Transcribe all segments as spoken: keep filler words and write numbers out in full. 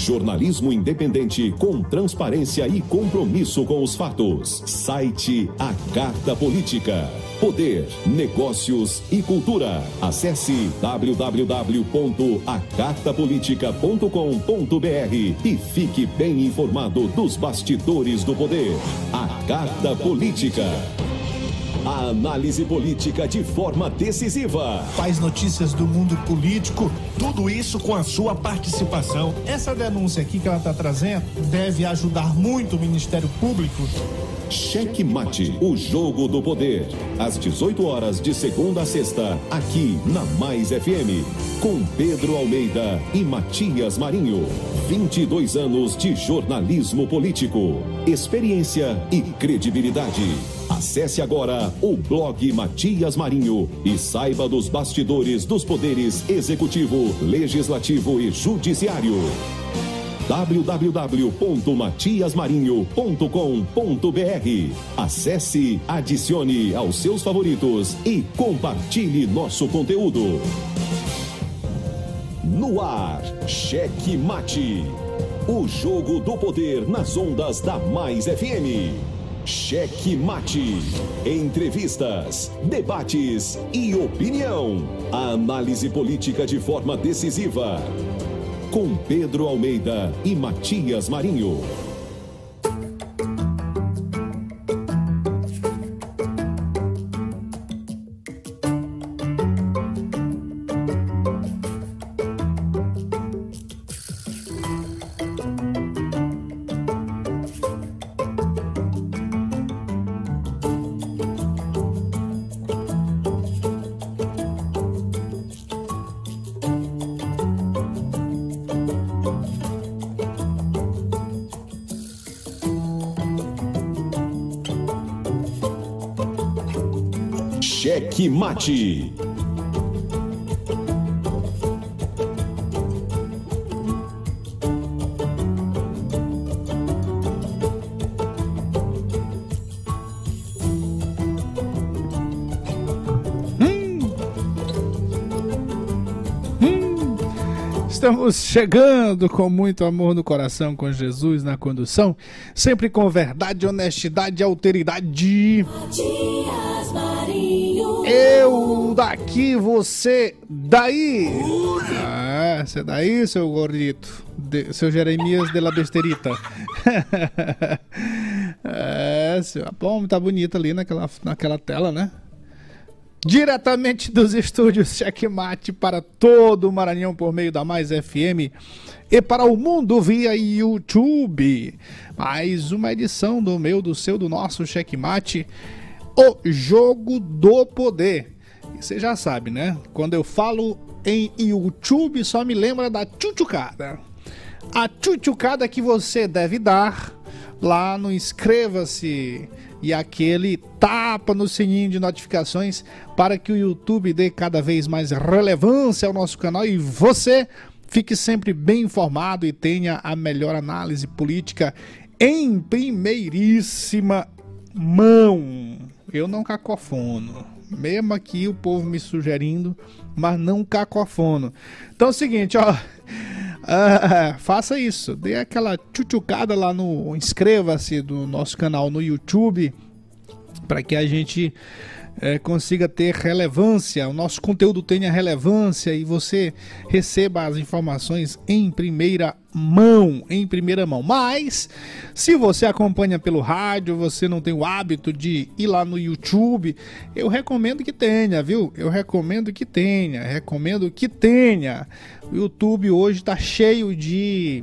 Jornalismo independente com transparência e compromisso com os fatos. Site A Carta Política. Poder, negócios e cultura. Acesse w w w ponto a carta política ponto com ponto b r e fique bem informado dos bastidores do poder. A Carta Política. A análise política de forma decisiva. Faz notícias do mundo político, tudo isso com a sua participação. Essa denúncia aqui que ela está trazendo deve ajudar muito o Ministério Público. Cheque Mate, o jogo do poder. Às dezoito horas de segunda a sexta, aqui na Mais F M. Com Pedro Almeida e Matias Marinho. vinte e dois anos de jornalismo político. Experiência e credibilidade. Acesse agora o blog Matias Marinho e saiba dos bastidores dos poderes executivo, legislativo e judiciário. w w w ponto matias marinho ponto com ponto b r. Acesse, adicione aos seus favoritos e compartilhe nosso conteúdo. No ar, Cheque Mate. O jogo do poder nas ondas da Mais F M. Cheque Mate. Entrevistas, debates e opinião. A análise política de forma decisiva. Com Pedro Almeida e Matias Marinho. Cheque Mate. Estamos chegando com muito amor no coração, com Jesus na condução, sempre com verdade, honestidade e alteridade. Matias Marinho. Eu daqui, você daí. Ah, você daí, seu gordito, de, seu Jeremias de la Besterita. É, seu, bom, tá bonito ali naquela, naquela tela, né? Diretamente dos estúdios Cheque Mate para todo o Maranhão por meio da Mais F M e para o mundo via YouTube. Mais uma edição do meu, do seu, do nosso Cheque Mate, o jogo do poder. E você já sabe, né? Quando eu falo em YouTube, só me lembra da tchutchucada. A tchutchucada que você deve dar lá no inscreva-se e aquele tapa no sininho de notificações para que o YouTube dê cada vez mais relevância ao nosso canal e você fique sempre bem informado e tenha a melhor análise política em primeiríssima mão. Eu não cacofono, mesmo aqui o povo me sugerindo, mas não cacofono. Então é o seguinte, ó, uh, faça isso, dê aquela tchutchucada lá no, inscreva-se do nosso canal no YouTube, para que a gente é, consiga ter relevância, o nosso conteúdo tenha relevância e você receba as informações em primeira mão, em primeira mão. Mas, se você acompanha pelo rádio, você não tem o hábito de ir lá no YouTube, eu recomendo que tenha, viu? Eu recomendo que tenha, recomendo que tenha. O YouTube hoje está cheio de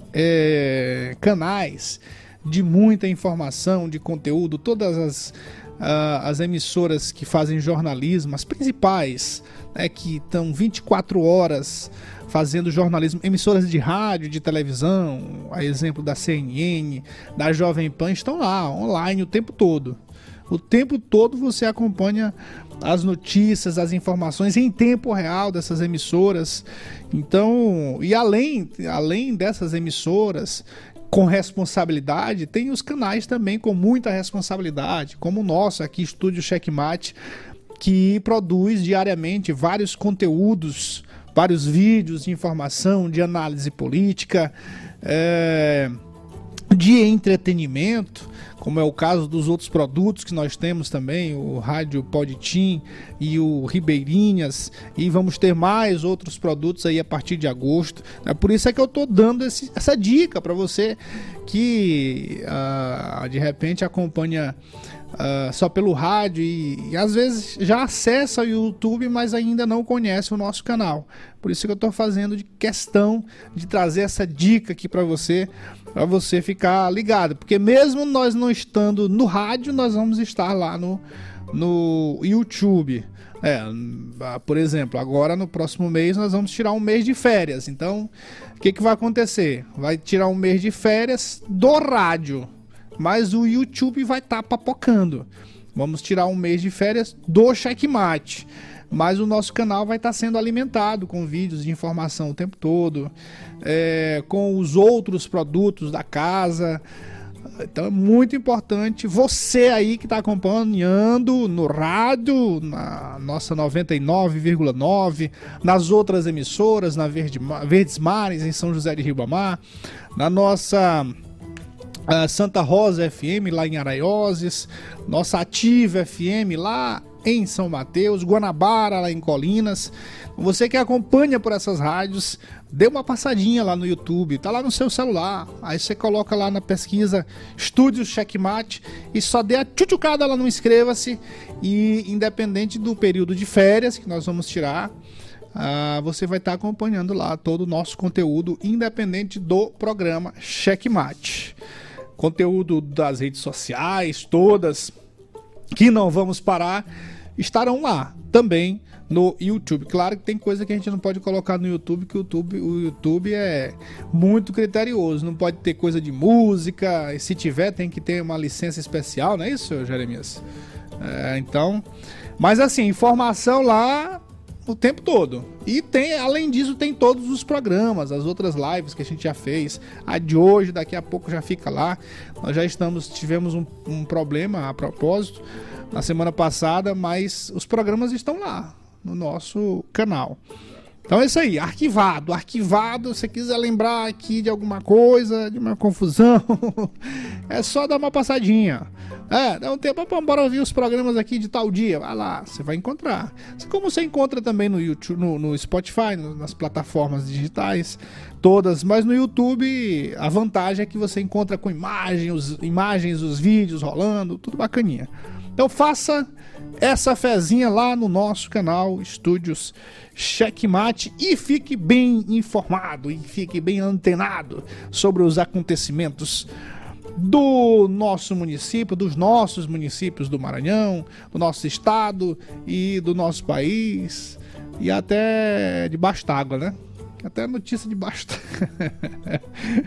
é, canais, de muita informação, de conteúdo, todas as Uh, as emissoras que fazem jornalismo, as principais, né, que estão vinte e quatro horas fazendo jornalismo, emissoras de rádio, de televisão, a exemplo da C N N, da Jovem Pan, estão lá, online o tempo todo. O tempo todo você acompanha as notícias, as informações em tempo real dessas emissoras. Então, e além, além dessas emissoras com responsabilidade, tem os canais também com muita responsabilidade, como o nosso aqui, Estúdio Cheque Mate, que produz diariamente vários conteúdos vários vídeos de informação, de análise política, é, de entretenimento, como é o caso dos outros produtos que nós temos também, o Rádio Podtim e o Ribeirinhas, e vamos ter mais outros produtos aí a partir de agosto. É por isso é que eu estou dando esse, essa dica para você que uh, de repente acompanha uh, só pelo rádio e, e às vezes já acessa o YouTube, mas ainda não conhece o nosso canal. Por isso que eu estou fazendo de questão de trazer essa dica aqui para você, para você ficar ligado, porque mesmo nós não estando no rádio, nós vamos estar lá no, no YouTube. É, por exemplo, agora no próximo mês nós vamos tirar um mês de férias. Então, o que, que vai acontecer? Vai tirar um mês de férias do rádio, mas o YouTube vai estar tá papocando. Vamos tirar um mês de férias do Checkmate, mas o nosso canal vai estar tá sendo alimentado com vídeos de informação o tempo todo, é, com os outros produtos da casa. Então é muito importante você aí que está acompanhando no rádio, na nossa noventa e nove vírgula nove, nas outras emissoras, na Verde, Verdes Mares, em São José de Ribamar, na nossa uh, Santa Rosa F M, lá em Araioses, nossa Ativa F M, lá em São Mateus, Guanabara, lá em Colinas. Você que acompanha por essas rádios, dê uma passadinha lá no YouTube, tá lá no seu celular. Aí você coloca lá na pesquisa Estúdios Checkmate e só dê a tchutchucada lá no inscreva-se. E independente do período de férias que nós vamos tirar, uh, você vai estar tá acompanhando lá todo o nosso conteúdo, independente do programa Checkmate. Conteúdo das redes sociais, todas, que não vamos parar, estarão lá também no YouTube. Claro que tem coisa que a gente não pode colocar no YouTube, que o YouTube, o YouTube é muito criterioso, não pode ter coisa de música, e se tiver tem que ter uma licença especial, não é isso, Jeremias? É, então, mas assim, informação lá o tempo todo. E tem, além disso, tem todos os programas, as outras lives que a gente já fez, a de hoje, daqui a pouco já fica lá. Nós já estamos, tivemos um, um problema a propósito na semana passada, mas os programas estão lá no nosso canal. Então é isso aí, arquivado, arquivado, se você quiser lembrar aqui de alguma coisa, de uma confusão, é só dar uma passadinha. É, dá um tempo, bora ouvir os programas aqui de tal dia, vai lá, você vai encontrar. Como você encontra também no YouTube, no, no Spotify, no, nas plataformas digitais, todas, mas no YouTube a vantagem é que você encontra com imagens, os, imagens, os vídeos rolando, tudo bacaninha. Então faça essa fezinha lá no nosso canal Estúdios Checkmate e fique bem informado e fique bem antenado sobre os acontecimentos do nosso município, dos nossos municípios do Maranhão, do nosso estado e do nosso país e até debaixo d'água, né? Até notícia debaixo d'água.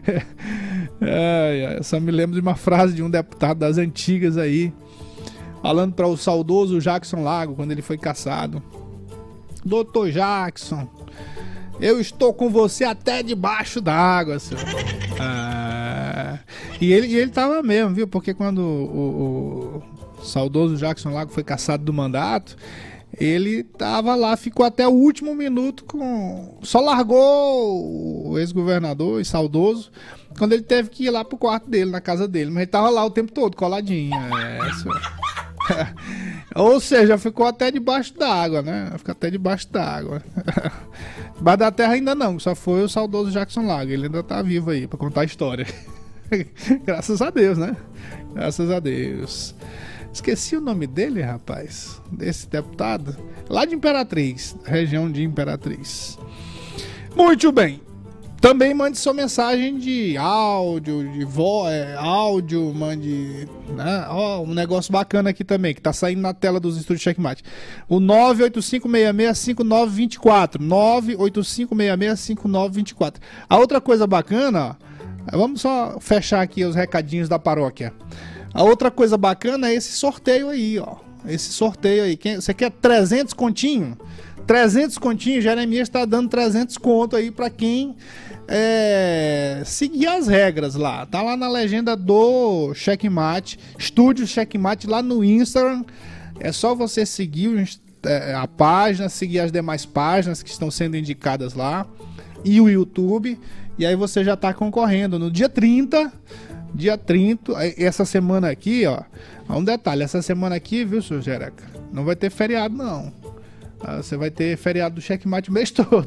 é, eu só me lembro de uma frase de um deputado das antigas aí, falando para o saudoso Jackson Lago, quando ele foi caçado: doutor Jackson, eu estou com você até debaixo d'água, senhor. Ah, e ele, ele tava mesmo, viu? Porque quando o, o saudoso Jackson Lago foi caçado do mandato, ele tava lá, ficou até o último minuto com... Só largou o ex-governador e saudoso quando ele teve que ir lá pro quarto dele, na casa dele. Mas ele tava lá o tempo todo, coladinho. É, senhor. Ou seja, ficou até debaixo d'água, né? Ficou até debaixo d'água. Debaixo da terra ainda não, só foi o saudoso Jackson Lago. Ele ainda tá vivo aí pra contar a história. Graças a Deus, né? Graças a Deus. Esqueci o nome dele, rapaz, desse deputado. Lá de Imperatriz, região de Imperatriz. Muito bem. Também mande sua mensagem de áudio, de voz, é, áudio, mande, né? Ó, um negócio bacana aqui também, que tá saindo na tela dos estúdios Checkmate. O nove oito cinco seis seis cinco nove dois quatro. nove oito cinco seis seis cinco nove dois quatro. A outra coisa bacana, ó, vamos só fechar aqui os recadinhos da paróquia. A outra coisa bacana é esse sorteio aí, ó. Esse sorteio aí. Quem, você quer trezentos continho? trezentos continhos, Jeremias está dando trezentos conto aí para quem é, seguir as regras lá. Tá lá na legenda do Checkmate, Estúdio Checkmate, lá no Instagram. É só você seguir é, a página, seguir as demais páginas que estão sendo indicadas lá e o YouTube. E aí você já tá concorrendo no dia trinta. Dia trinta, essa semana aqui, ó. Um detalhe, essa semana aqui, viu, senhor Jereca? Não vai ter feriado, não. Você vai ter feriado do Checkmate o mês todo.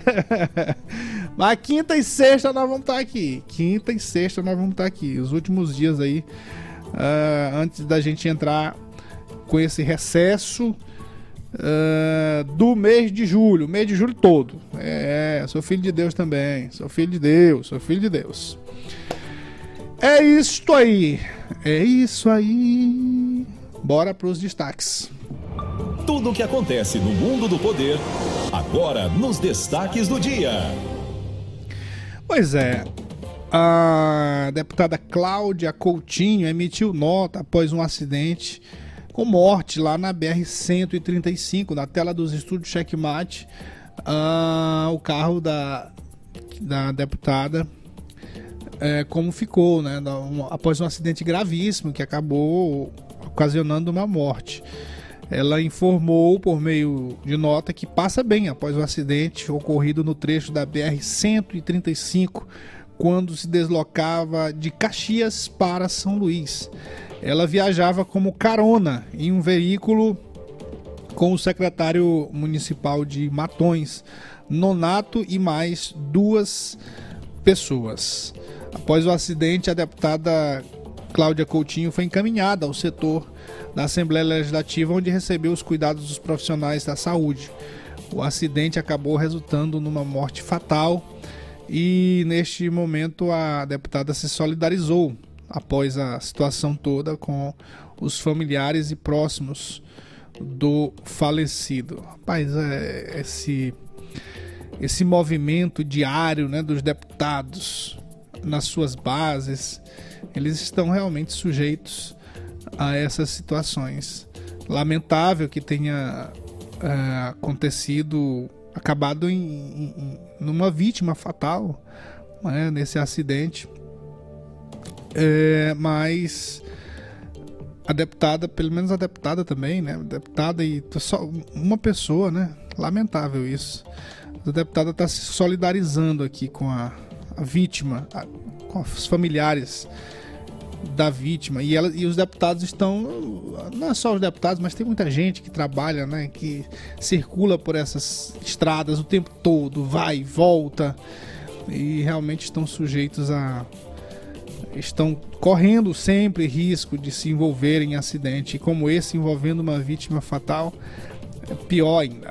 Mas quinta e sexta nós vamos estar aqui. Quinta e sexta nós vamos estar aqui. Os últimos dias aí, uh, antes da gente entrar com esse recesso uh, do mês de julho. Mês de julho todo. É, sou filho de Deus também. Sou filho de Deus, sou filho de Deus. É isso aí. É isso aí. Bora pros destaques. Tudo o que acontece no mundo do poder, agora nos destaques do dia. Pois é, a deputada Cláudia Coutinho emitiu nota após um acidente com morte lá na B R cento e trinta e cinco, na tela dos estúdios Checkmate. Uh, o carro da, da deputada, é, como ficou, né, um, após um acidente gravíssimo que acabou ocasionando uma morte. Ela informou por meio de nota que passa bem após o acidente ocorrido no trecho da B R cento e trinta e cinco, quando se deslocava de Caxias para São Luís. Ela viajava como carona em um veículo com o secretário municipal de Matões, Nonato, e mais duas pessoas. Após o acidente, a deputada Cláudia Coutinho foi encaminhada ao setor da Assembleia Legislativa, onde recebeu os cuidados dos profissionais da saúde. O acidente acabou resultando numa morte fatal e, neste momento, a deputada se solidarizou após a situação toda com os familiares e próximos do falecido. Rapaz, é, esse, esse movimento diário, né, dos deputados nas suas bases, eles estão realmente sujeitos a essas situações. Lamentável que tenha é, acontecido, acabado em, em, numa vítima fatal, né, nesse acidente. É, mas a deputada, pelo menos a deputada também, né? Deputada e só uma pessoa, né? Lamentável isso. A deputada está se solidarizando aqui com a, a vítima, a, com os familiares da vítima, e, ela, e os deputados estão, não é só os deputados, mas tem muita gente que trabalha, né, que circula por essas estradas o tempo todo, vai e volta, e realmente estão sujeitos a, estão correndo sempre risco de se envolver em acidente, e como esse envolvendo uma vítima fatal, é pior ainda.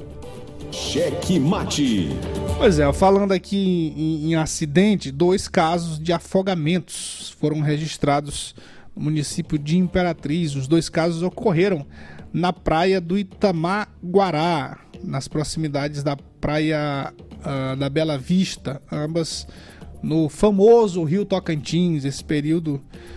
Checkmate. Pois é, falando aqui em, em acidente, dois casos de afogamentos foram registrados no município de Imperatriz. Os dois casos ocorreram na praia do Itamaguará, nas proximidades da praia uh, da Bela Vista, ambas no famoso Rio Tocantins. Esse período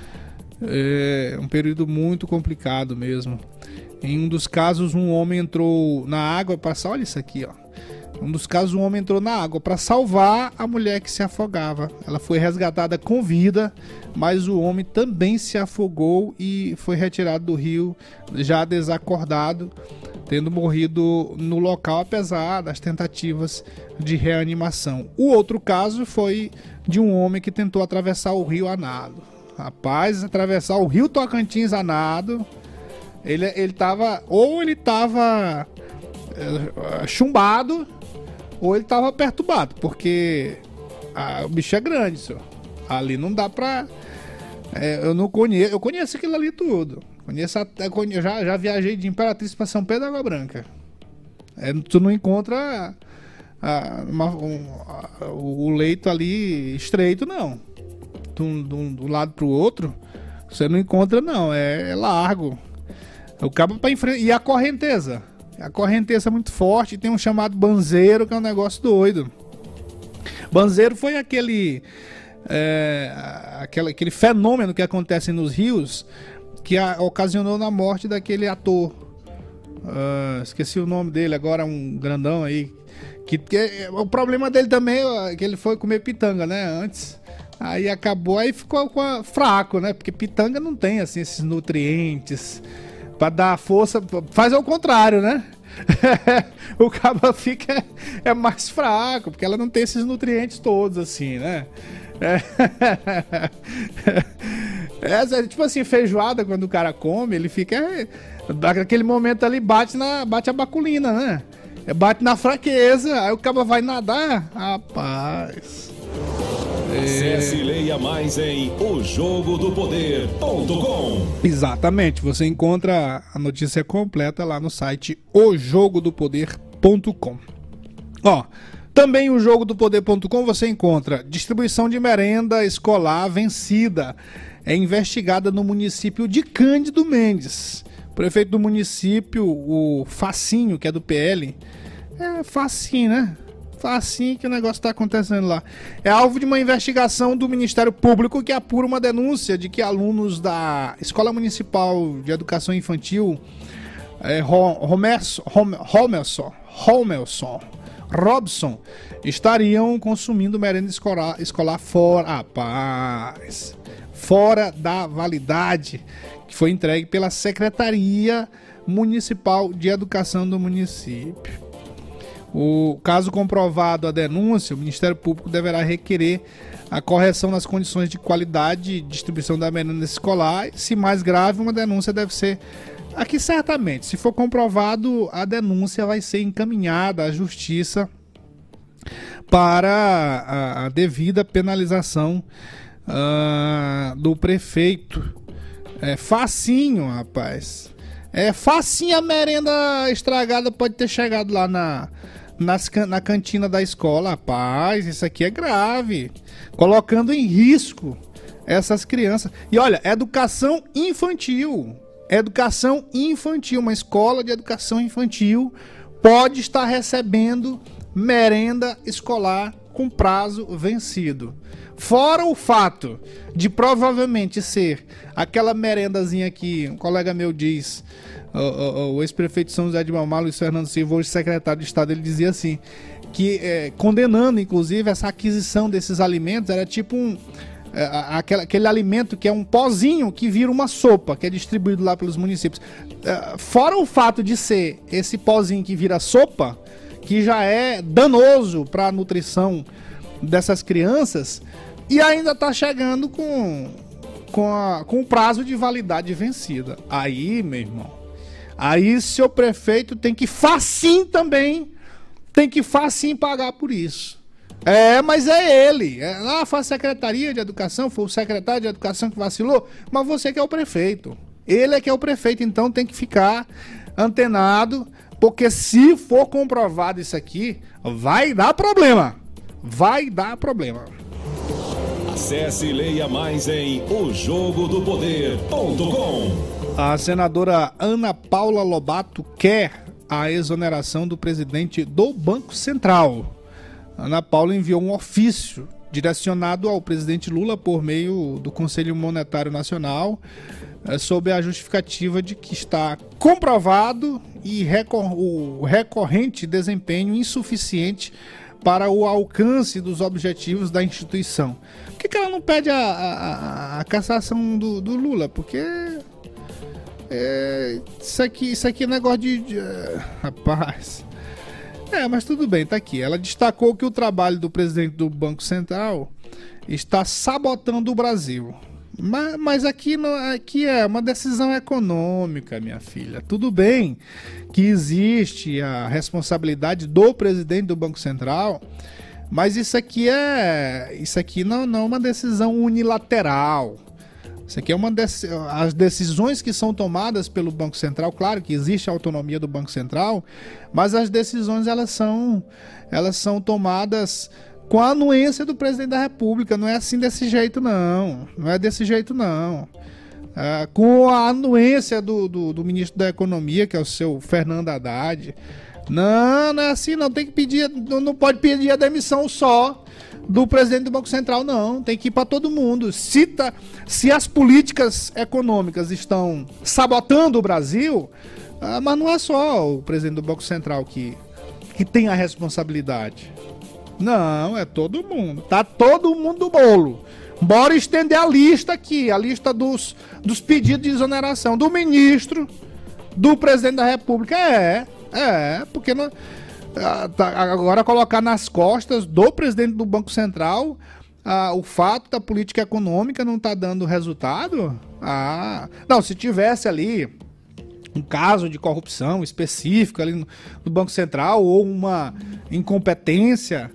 é um período muito complicado mesmo. Em um dos casos, um homem entrou na água para... Olha isso aqui, ó. Um dos casos, um homem entrou na água para salvar a mulher que se afogava. Ela foi resgatada com vida, mas o homem também se afogou e foi retirado do rio já desacordado, tendo morrido no local, apesar das tentativas de reanimação. O outro caso foi de um homem que tentou atravessar o rio a nado. Rapaz, atravessar o Rio Tocantins a nado... Ele, ele tava, ou ele tava é, chumbado, ou ele tava perturbado, porque a, o bicho é grande, senhor. Ali não dá pra... É, eu não conheço, eu conheço aquilo ali tudo. Conheço até, eu já, já viajei de Imperatriz pra São Pedro da Água Branca. É, tu não encontra a, uma, um, a, o leito ali estreito, não. De um, de um, de um lado pro outro, você não encontra, não. É, é largo. O cabo para enfrentar. E a correnteza? A correnteza é muito forte. Tem um chamado banzeiro, que é um negócio doido. Banzeiro foi aquele, é, aquele, aquele fenômeno que acontece nos rios que a, ocasionou na morte daquele ator. Uh, esqueci o nome dele agora, um grandão aí. Que, que, o problema dele também é que ele foi comer pitanga, né? Antes. Aí acabou, aí ficou com a, fraco, né? Porque pitanga não tem assim esses nutrientes. Pra dar força, faz ao contrário, né? O cabo fica é mais fraco, porque ela não tem esses nutrientes todos, assim, né? É, é, tipo assim, feijoada, quando o cara come, ele fica. Naquele momento ali bate, na, bate a baculina, né? Bate na fraqueza, aí o cabo vai nadar. Rapaz. Acesse e leia mais em o jogo do poder ponto com. Exatamente, você encontra a notícia completa lá no site o jogo do poder ponto com. Ó, também o jogo do poder ponto com você encontra distribuição de merenda escolar vencida. É investigada no município de Cândido Mendes. O prefeito do município, o Facinho, que é do P L, é facinho, né? Facinho que o negócio está acontecendo lá. É alvo de uma investigação do Ministério Público que apura uma denúncia de que alunos da Escola Municipal de Educação Infantil é, Romerson, Romerson, Romerson, Robson estariam consumindo merenda escolar, escolar fora, rapaz, fora da validade que foi entregue pela Secretaria Municipal de Educação do município. O caso comprovado a denúncia, o Ministério Público deverá requerer a correção nas condições de qualidade e distribuição da merenda escolar. Se mais grave, uma denúncia deve ser... Aqui certamente, se for comprovado, a denúncia vai ser encaminhada à Justiça para a, a devida penalização uh, do prefeito. É facinho, rapaz. É facinho, a merenda estragada pode ter chegado lá na... Nas, na cantina da escola. Rapaz, isso aqui é grave, colocando em risco essas crianças. E olha, educação infantil, educação infantil, uma escola de educação infantil pode estar recebendo merenda escolar com prazo vencido. Fora o fato de provavelmente ser aquela merendazinha que um colega meu diz, o, o, o ex-prefeito de São José de Mamá, Luiz Fernando Silva, hoje secretário de Estado, ele dizia assim, que é, condenando inclusive essa aquisição desses alimentos, era tipo um, é, aquele, aquele alimento que é um pozinho que vira uma sopa, que é distribuído lá pelos municípios. É, fora o fato de ser esse pozinho que vira sopa, que já é danoso para a nutrição dessas crianças, e ainda está chegando com, com, a, com o prazo de validade vencida. Aí, meu irmão, aí seu prefeito tem que facinho também, tem que facinho pagar por isso. É, mas é ele. É, lá foi a Secretaria de Educação, foi o secretário de Educação que vacilou, mas você que é o prefeito. Ele é que é o prefeito, então tem que ficar antenado, porque se for comprovado isso aqui, vai dar problema. Vai dar problema. Acesse e leia mais em o jogo do poder ponto com. A senadora Ana Paula Lobato quer a exoneração do presidente do Banco Central. Ana Paula enviou um ofício direcionado ao presidente Lula por meio do Conselho Monetário Nacional, é, sob a justificativa de que está comprovado e recor- o recorrente desempenho insuficiente para o alcance dos objetivos da instituição. Por que, que ela não pede a, a, a cassação do, do Lula? Porque é, isso, aqui, isso aqui é negócio de, de... Rapaz... É, mas tudo bem, tá aqui. Ela destacou que o trabalho do presidente do Banco Central está sabotando o Brasil. Mas, mas aqui, não, aqui é uma decisão econômica, minha filha. Tudo bem que existe a responsabilidade do presidente do Banco Central, mas isso aqui é, isso aqui não, não é uma decisão unilateral. Isso aqui é uma dec... as decisões que são tomadas pelo Banco Central, claro que existe a autonomia do Banco Central, mas as decisões elas são, elas são tomadas com a anuência do presidente da República. Não é assim desse jeito não, não é desse jeito não. É, com a anuência do, do, do ministro da Economia, que é o seu Fernando Haddad. Não, não é assim não, tem que pedir, não, não pode pedir a demissão só do presidente do Banco Central, não. Tem que ir para todo mundo. Se, tá, se as políticas econômicas estão sabotando o Brasil, ah, mas não é só o presidente do Banco Central que, que tem a responsabilidade. Não, é todo mundo. Tá todo mundo do bolo. Bora estender a lista aqui, a lista dos, dos pedidos de exoneração do ministro, do presidente da República. É, é, porque não, agora colocar nas costas do presidente do Banco Central ah, o fato da política econômica não tá dando resultado. Ah, não, se tivesse ali um caso de corrupção específico ali no, no Banco Central ou uma incompetência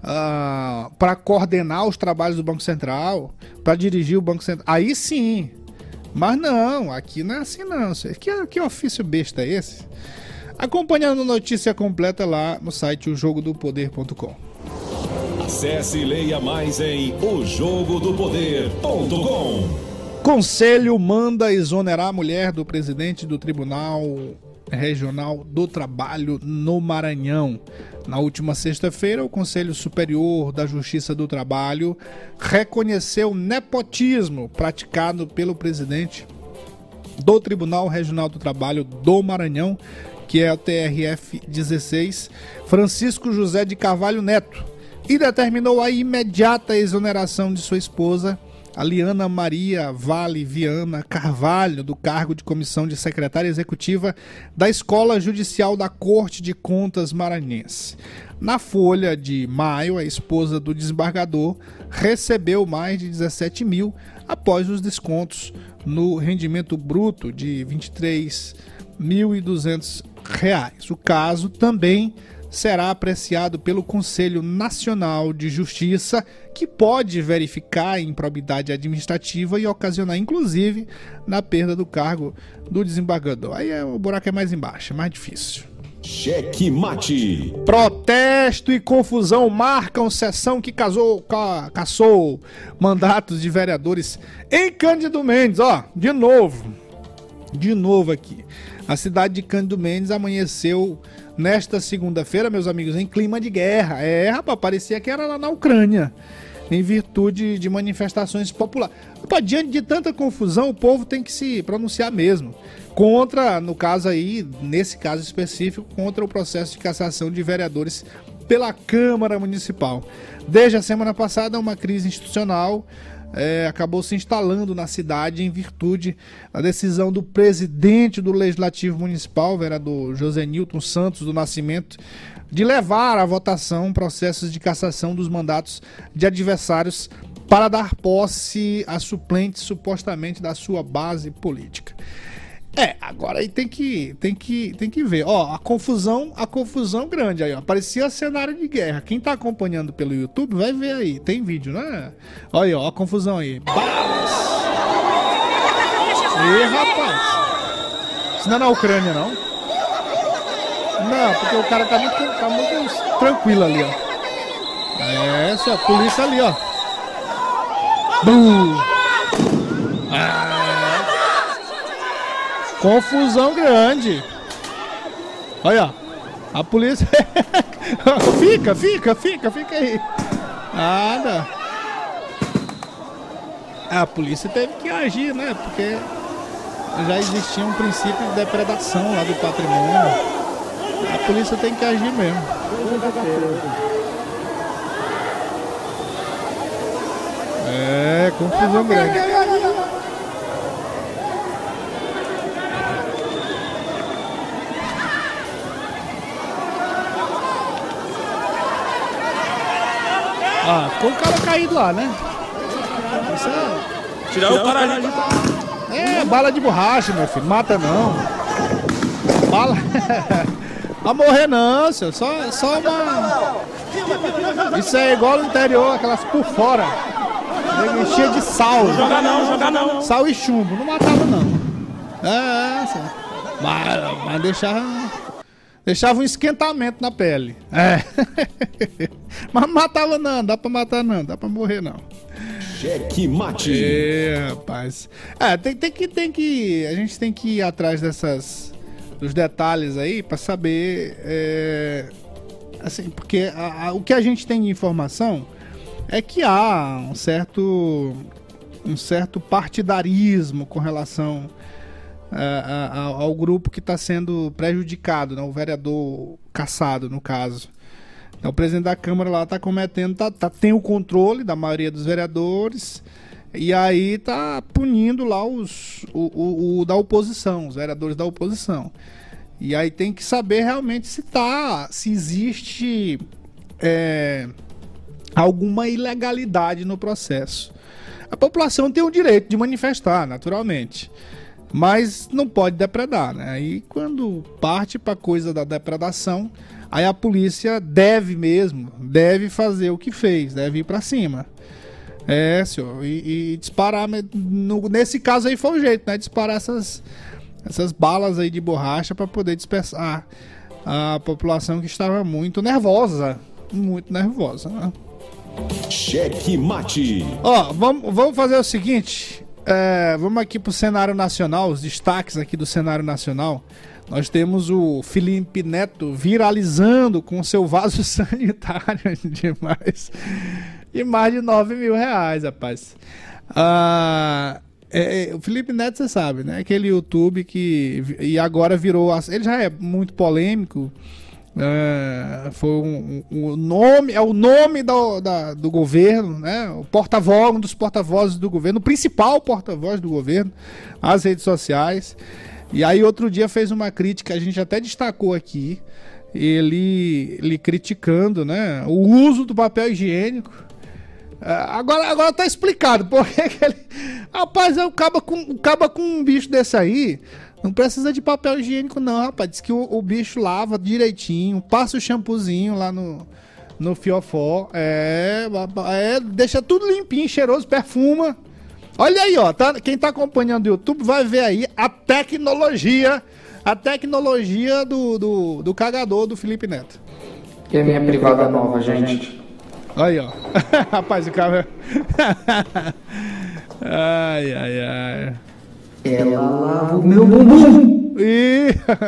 uh, para coordenar os trabalhos do Banco Central, para dirigir o Banco Central, aí sim. Mas não, aqui não é assim não. Que, que ofício besta é esse? Acompanhando a notícia completa lá no site o jogo do poder ponto com. Acesse e leia mais em o jogo do poder ponto com. Conselho manda exonerar a mulher do presidente do Tribunal Regional do Trabalho no Maranhão. Na última sexta-feira, o Conselho Superior da Justiça do Trabalho reconheceu nepotismo praticado pelo presidente do Tribunal Regional do Trabalho do Maranhão, que é o T R F dezesseis, Francisco José de Carvalho Neto, e determinou a imediata exoneração de sua esposa, Aliana Maria Vale Viana Carvalho, do cargo de comissão de secretária executiva da Escola Judicial da Corte de Contas Maranhense. Na folha de maio, a esposa do desembargador recebeu mais de dezessete mil após os descontos no rendimento bruto de vinte e três mil e duzentos reais. O caso também será apreciado pelo Conselho Nacional de Justiça, que pode verificar a improbidade administrativa e ocasionar, inclusive, na perda do cargo do desembargador. Aí é, o buraco é mais embaixo, é mais difícil. Cheque mate. Protesto e confusão marcam sessão que casou, ca, caçou mandatos de vereadores em Cândido Mendes. Ó, de novo, de novo aqui. A cidade de Cândido Mendes amanheceu nesta segunda-feira, meus amigos, em clima de guerra. É, rapaz, parecia que era lá na Ucrânia, em virtude de manifestações populares. Rapaz, diante de tanta confusão, o povo tem que se pronunciar mesmo. Contra, no caso aí, nesse caso específico, contra o processo de cassação de vereadores pela Câmara Municipal. Desde a semana passada, uma crise institucional É, acabou se instalando na cidade em virtude da decisão do presidente do Legislativo Municipal, vereador José Nilton Santos do Nascimento, de levar à votação processos de cassação dos mandatos de adversários para dar posse a suplentes supostamente da sua base política. É, agora aí tem que, tem que, tem que ver. Ó, a confusão, a confusão grande aí, ó. Parecia cenário de guerra. Quem tá acompanhando pelo YouTube vai ver aí. Tem vídeo, né? Olha aí, ó, a confusão aí. Balas! Ih, rapaz! Isso não é na Ucrânia, não? Não, porque o cara tá muito, tá muito tranquilo ali, ó. É, essa polícia ali, ó. Bum! Ah! Confusão grande. Olha, a polícia. fica, fica, fica, fica aí. Nada. A polícia teve que agir, né? Porque já existia um princípio de depredação lá do patrimônio. A polícia tem que agir mesmo. É, confusão grande. Ah, ficou um cara caído lá, né? Isso é... Tirar o cara ali. É, bala de borracha, meu filho. Mata não. Bala... A morrer não, senhor. Só, só uma... Isso é igual no interior, aquelas por fora. Cheia de sal. Não jogar não, jogar não. Sal e chumbo. Não matava não. É, senhor. Mas, mas deixava... Deixava um esquentamento na pele. É. Mas não matava não, dá pra matar não, dá pra morrer não. Cheque mate. É, rapaz. É, tem, tem, que, tem que... A gente tem que ir atrás dessas... Dos detalhes aí pra saber... É, assim, porque a, a, o que a gente tem de informação é que há um certo... Um certo partidarismo com relação... A, a, ao grupo que está sendo prejudicado, né? O vereador cassado, no caso. Então, o presidente da Câmara lá está cometendo, tá, tá, tem o controle da maioria dos vereadores E aí tá punindo lá os o, o, o da oposição, os vereadores da oposição. E aí tem que saber realmente se tá, se existe é, alguma ilegalidade no processo. A população tem o direito de manifestar, naturalmente, mas não pode depredar, né? Aí quando parte para coisa da depredação, aí a polícia deve mesmo, deve fazer o que fez, deve ir para cima. É, senhor, e, e disparar, no, nesse caso aí foi o jeito, né? Disparar essas, essas balas aí de borracha para poder dispersar a população que estava muito nervosa, muito nervosa, né? Cheque Mate. Ó, vamos, vamos fazer o seguinte, é, vamos aqui pro cenário nacional, os destaques aqui do cenário nacional. Nós temos o Felipe Neto viralizando com seu vaso sanitário demais. E mais de nove mil reais, rapaz. Ah, é, é, o Felipe Neto, você sabe, né? Aquele YouTube que... E agora virou... Ele já é muito polêmico. É, foi um, um, um nome... É o nome do, da, do governo, né? O porta-voz, um dos porta-vozes do governo. O principal porta-voz do governo. As redes sociais. E aí, outro dia, fez uma crítica. A gente até destacou aqui. Ele, ele criticando, né? O uso do papel higiênico. Agora, agora tá explicado por que ele... Rapaz, acaba com, acaba com um bicho desse aí. Não precisa de papel higiênico não, rapaz. Diz que o, o bicho lava direitinho, passa o shampoozinho lá no, no fiofó. É, é, deixa tudo limpinho, cheiroso, perfuma. Olha aí, ó. Tá, quem tá acompanhando o YouTube vai ver aí a tecnologia, a tecnologia do, do, do cagador do Felipe Neto. E a minha privada nova, gente. Aí, ó. Rapaz, o cara... ai, ai, ai. Ela lava o meu bumbum. E...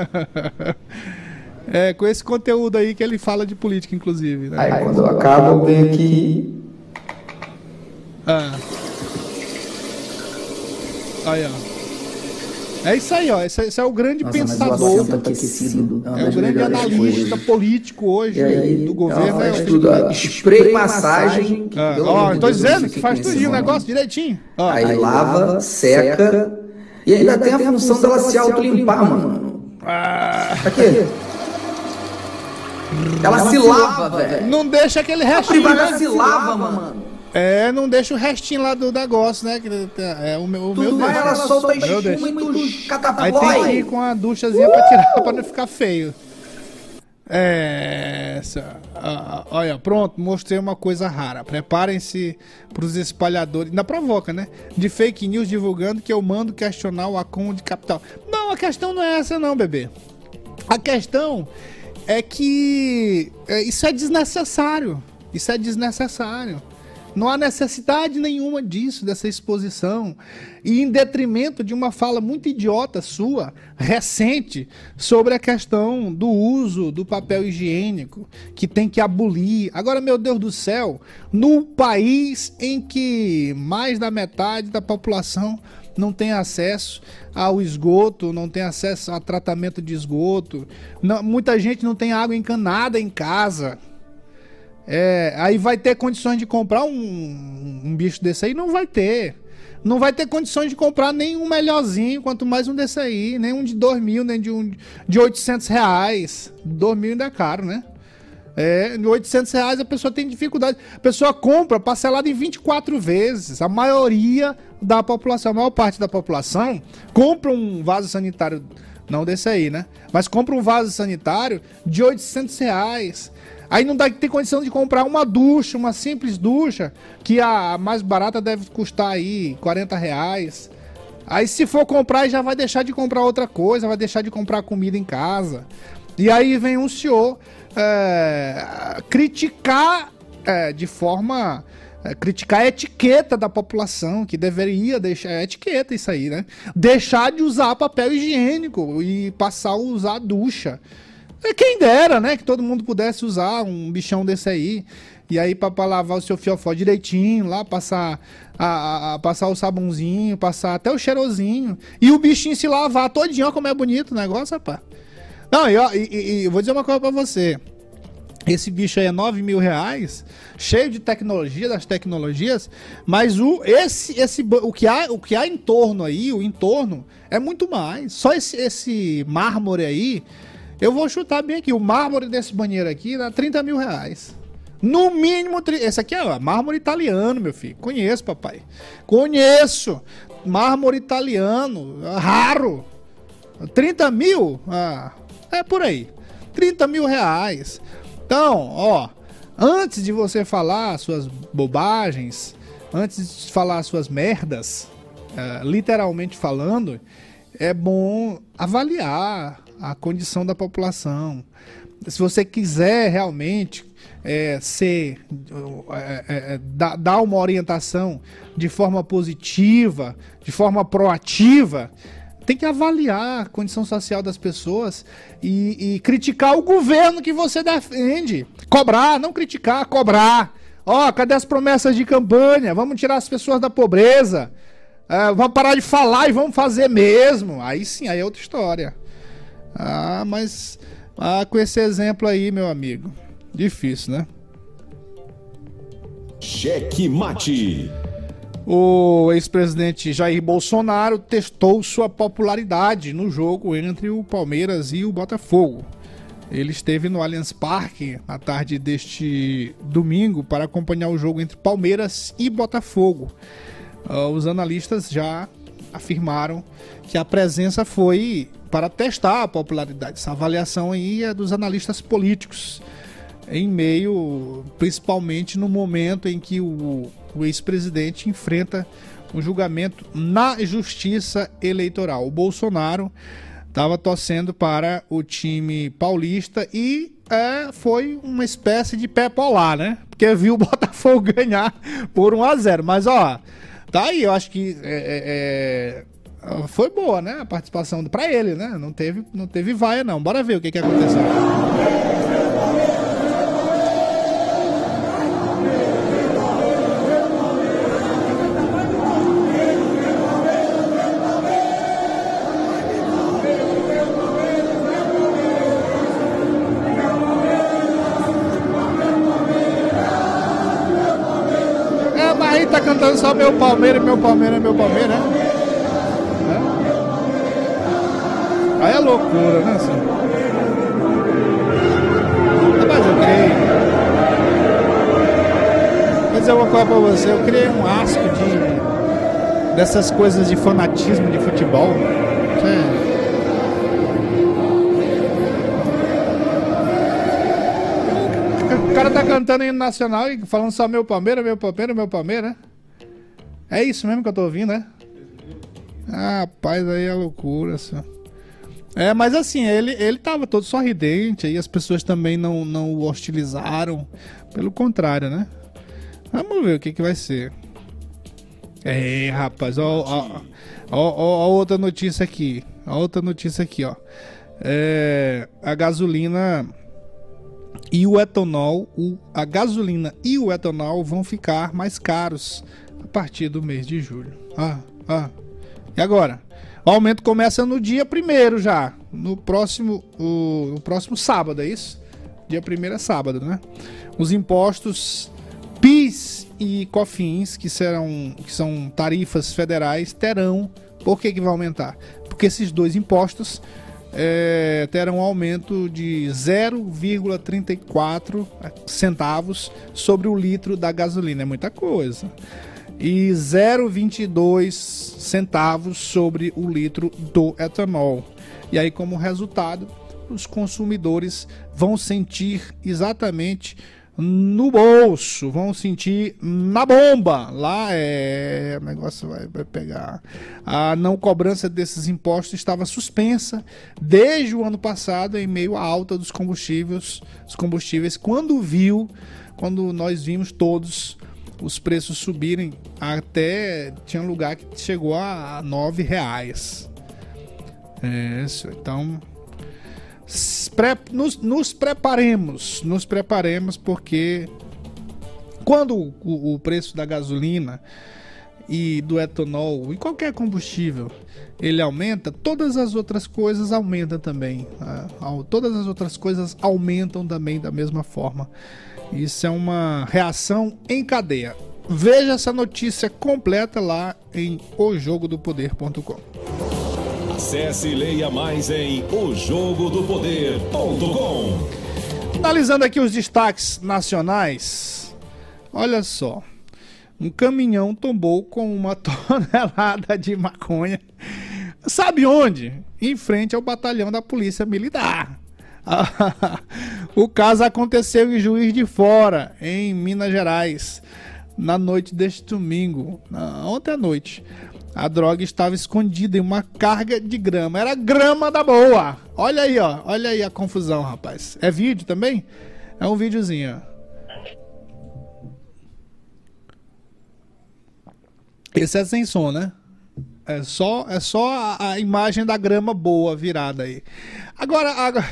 é, com esse conteúdo aí que ele fala de política, inclusive, né? Aí, quando eu acabo, eu tenho que... Ah. Aí, ó. É isso aí, ó. Esse, esse é o grande Nossa, pensador. tá aquecido. É o grande analista político hoje aí, do governo. Faz É, tudo, ó, spray massagem. ah, ó, tô dizendo que faz tudinho o negócio direitinho. Ó. Aí, aí lava, seca. E ainda, ainda tem a função dela se auto-limpar, mano. Ah. Aqui. Ela, ela se lava, velho. Não deixa aquele restinho. A privada né? se lava, mano. É, não deixa o restinho lá do negócio, né? É o meu, o Tudo meu vai, ela solta espuma e tudo Aí tem que ir com a duchazinha pra tirar, pra não ficar feio. É... Ah, olha, pronto, mostrei uma coisa rara. Preparem-se pros espalhadores, ainda provoca, né? De fake news divulgando que eu mando questionar o acúmulo de capital. Não, a questão não é essa não, bebê. A questão é que é, isso é desnecessário. Isso é desnecessário. Não há necessidade nenhuma disso, dessa exposição. E em detrimento de uma fala muito idiota sua, recente, sobre a questão do uso do papel higiênico, que tem que abolir. Agora, meu Deus do céu, no país em que mais da metade da população não tem acesso ao esgoto, não tem acesso a tratamento de esgoto, não, muita gente não tem água encanada em casa. É, aí vai ter condições de comprar um, um bicho desse aí? Não vai ter. Não vai ter condições de comprar nem um melhorzinho, quanto mais um desse aí. Nem um de dois mil, nem de um de oitocentos reais. dois mil ainda é caro, né? É, de oitocentos reais a pessoa tem dificuldade. A pessoa compra parcelado em vinte e quatro vezes. A maioria da população, a maior parte da população, compra um vaso sanitário, não desse aí, né? Mas compra um vaso sanitário de oitocentos reais. Aí não dá que ter condição de comprar uma ducha, uma simples ducha, que a mais barata deve custar aí quarenta reais. Aí se for comprar, já vai deixar de comprar outra coisa, vai deixar de comprar comida em casa. E aí vem um senhor é, criticar é, de forma... É, criticar a etiqueta da população, que deveria deixar... É etiqueta isso aí, né? Deixar de usar papel higiênico e passar a usar ducha. Quem dera, né? Que todo mundo pudesse usar um bichão desse aí. E aí pra, pra lavar o seu fiofó direitinho, lá passar, a, a, a, passar o sabãozinho, passar até o cheirosinho. E o bichinho se lavar todinho, ó, como é bonito o negócio, rapaz. Não, e, ó, e, e, e vou dizer uma coisa pra você. Esse bicho aí é nove mil reais, cheio de tecnologia, das tecnologias, mas o, esse, esse, o, que há, o que há em torno aí, o entorno, é muito mais. Só esse, esse mármore aí, eu vou chutar bem aqui, o mármore desse banheiro aqui dá trinta mil reais. No mínimo, esse aqui é ó, mármore italiano, meu filho. Conheço, papai. Conheço. Mármore italiano, raro. trinta mil? Ah, é por aí. trinta mil reais. Então, ó, antes de você falar suas bobagens, antes de falar suas merdas, uh, literalmente falando, é bom avaliar a condição da população. Se você quiser realmente é, ser, é, é, dar, dar uma orientação de forma positiva, de forma proativa, tem que avaliar a condição social das pessoas e, e criticar o governo que você defende. Cobrar, não criticar, cobrar. Ó, cadê as promessas de campanha? Vamos tirar as pessoas da pobreza. É, vamos parar de falar e vamos fazer mesmo. Aí sim, aí é outra história. Ah, mas ah, com esse exemplo aí, meu amigo, difícil, né? Cheque Mate. O ex-presidente Jair Bolsonaro testou sua popularidade no jogo entre o Palmeiras e o Botafogo. Ele esteve no Allianz Parque na tarde deste domingo para acompanhar o jogo entre Palmeiras e Botafogo. Uh, os analistas já afirmaram que a presença foi para testar a popularidade. Essa avaliação aí é dos analistas políticos, em meio, principalmente no momento em que o, o ex-presidente enfrenta um julgamento na justiça eleitoral. O Bolsonaro estava torcendo para o time paulista e é, foi uma espécie de pé polar, né? Porque viu o Botafogo ganhar por um a zero. Mas, ó, tá aí, eu acho que é, é, foi boa, né? A participação para ele, né? Não teve, não teve vaia, não. Bora ver o que, que aconteceu. Tá cantando só meu Palmeiras, meu Palmeiras, meu Palmeiras, né? É. Aí é loucura, né, assim? Mas eu criei. Vou dizer uma coisa pra você, eu criei um asco de dessas coisas de fanatismo de futebol. É. O cara tá cantando hino nacional e falando só meu Palmeiras, meu Palmeiras, meu Palmeiras, né? É isso mesmo que eu tô ouvindo, né? Ah, rapaz, aí é loucura, assim. É, mas assim, ele, ele tava todo sorridente, aí as pessoas também não, não o hostilizaram. Pelo contrário, né? Vamos ver o que que vai ser. É, rapaz, ó, ó, ó, ó, ó outra notícia aqui. Ó outra notícia aqui, ó. É, a gasolina... E o etanol, o, a gasolina e o etanol vão ficar mais caros a partir do mês de julho. Ah, ah. E agora? O aumento começa no dia primeiro já, no próximo, o, no próximo sábado, é isso? Dia primeiro é sábado, né? Os impostos PIS e COFINS, que, serão, que são tarifas federais, terão... Por que que vai aumentar? Porque esses dois impostos... É, terão um aumento de zero vírgula trinta e quatro centavos sobre o litro da gasolina. É muita coisa. E zero vírgula vinte e dois centavos sobre o litro do etanol. E aí, como resultado, os consumidores vão sentir exatamente no bolso, vão sentir na bomba. Lá é, o negócio vai, vai pegar. A não cobrança desses impostos estava suspensa desde o ano passado, em meio à alta dos combustíveis, os combustíveis, quando viu, quando nós vimos todos os preços subirem até, tinha um lugar que chegou a nove reais. É isso, então Nos, nos preparemos, nos preparemos, porque quando o, o preço da gasolina e do etanol e qualquer combustível, ele aumenta, todas as outras coisas aumentam também. Ah, todas as outras coisas aumentam também da mesma forma. Isso é uma reação em cadeia. Veja essa notícia completa lá em o jogo do poder ponto com. Acesse e leia mais em o jogo do poder ponto com. Analisando aqui os destaques nacionais, olha só. Um caminhão tombou com uma tonelada de maconha. Sabe onde? Em frente ao batalhão da Polícia Militar. O caso aconteceu em Juiz de Fora, em Minas Gerais, na noite deste domingo, ontem à noite. A droga estava escondida em uma carga de grama. Era grama da boa. Olha aí, ó. Olha aí a confusão, rapaz. É vídeo também? É um videozinho, ó. Esse é sem som, né? É só, é só a, a imagem da grama boa virada aí. Agora, agora...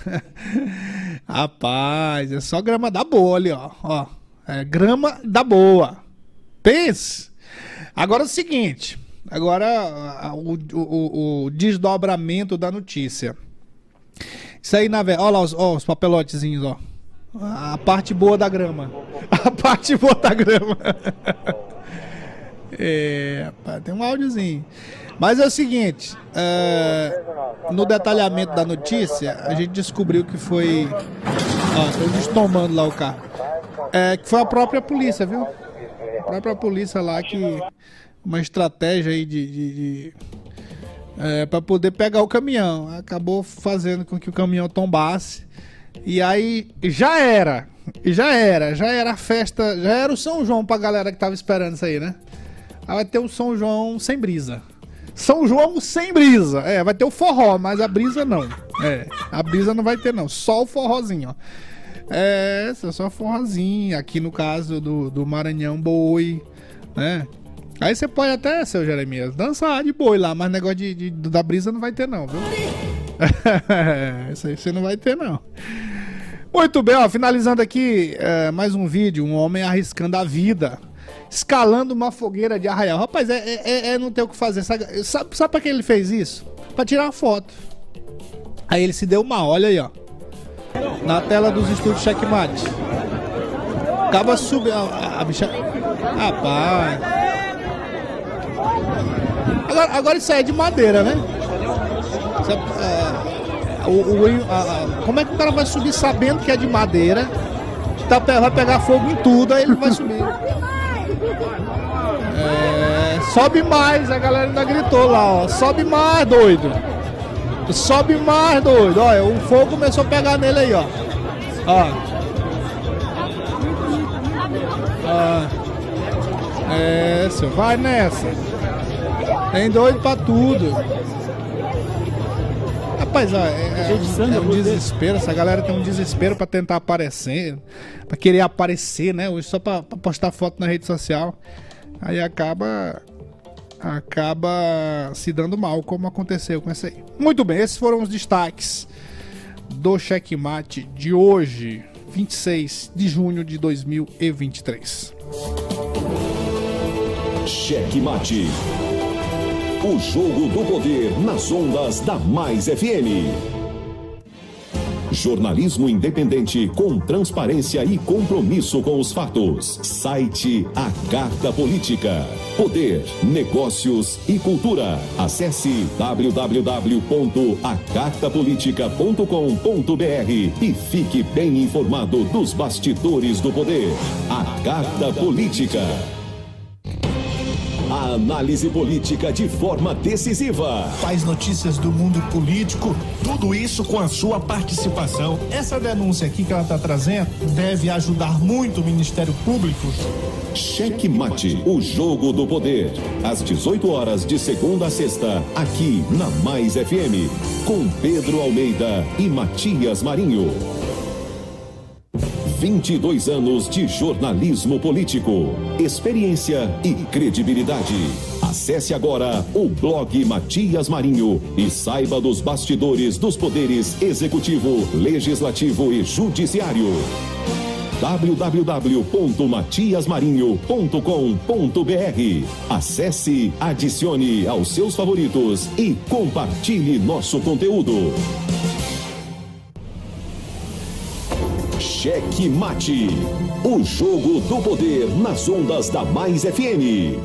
rapaz, é só grama da boa ali, ó. Ó, é grama da boa. Pense. Agora é o seguinte. Agora o, o, o desdobramento da notícia. Isso aí na verdade. Olha lá os, ó, os papelotezinhos, ó. A parte boa da grama. A parte boa da grama. É, tem um áudiozinho. Mas é o seguinte, é, no detalhamento da notícia, a gente descobriu que foi. Ó, eles tomando lá o carro. É, que foi a própria polícia, viu? A própria polícia lá que. Uma estratégia aí de. de, de é, para poder pegar o caminhão. Acabou fazendo com que o caminhão tombasse. E aí já era. Já era. Já era a festa. Já era o São João pra galera que tava esperando isso aí, né? Aí vai ter o São João sem brisa. São João sem brisa. É, vai ter o forró, mas a brisa não. É, a brisa não vai ter não. Só o forrozinho, ó. É, só o forrozinho. Aqui no caso do, do Maranhão Boi, né? Aí você pode até, seu Jeremias, dançar de boi lá, mas negócio de, de, da brisa não vai ter não, viu? Isso aí você não vai ter não. Muito bem, ó, finalizando aqui é, mais um vídeo. Um homem arriscando a vida escalando uma fogueira de arraial. Rapaz, é, é, é não ter o que fazer. Sabe, sabe, sabe pra que ele fez isso? Pra tirar uma foto. Aí ele se deu mal, olha aí, ó. Na tela dos estúdios Checkmate. Acaba subindo. A, a bicha. Rapaz. Agora, agora isso aí é de madeira, né? Sabe, é, o, o, a, a, como é que o cara vai subir sabendo que é de madeira? Tá, vai pegar fogo em tudo, aí ele vai subir. É, sobe mais, a galera ainda gritou lá, ó. Sobe mais, doido. Sobe mais, doido. Olha, o fogo começou a pegar nele aí, ó. Ó. Ó. É, senhor, vai nessa. Tem doido pra tudo. Rapaz, ó, é, é, é um desespero. Essa galera tem um desespero pra tentar aparecer, pra querer aparecer, né? Hoje só pra, pra postar foto na rede social. Aí acaba acaba se dando mal, como aconteceu com essa aí. Muito bem, esses foram os destaques do Checkmate de hoje, vinte e seis de junho de dois mil e vinte e três. Checkmate. O jogo do poder nas ondas da Mais F M. Jornalismo independente com transparência e compromisso com os fatos. Site A Carta Política. Poder, negócios e cultura. Acesse w w w ponto a carta política ponto com ponto b r e fique bem informado dos bastidores do poder. A Carta Política. A análise política de forma decisiva. Faz notícias do mundo político, tudo isso com a sua participação. Essa denúncia aqui que ela está trazendo deve ajudar muito o Ministério Público. Checkmate, o jogo do poder. Às dezoito horas de segunda a sexta, aqui na Mais F M, com Pedro Almeida e Matias Marinho. vinte e dois anos de jornalismo político, experiência e credibilidade. Acesse agora o blog Matias Marinho e saiba dos bastidores dos poderes executivo, legislativo e judiciário. w w w ponto matias marinho ponto com ponto b r. Acesse, adicione aos seus favoritos e compartilhe nosso conteúdo. Cheque Mate, o jogo do poder nas ondas da Mais F M.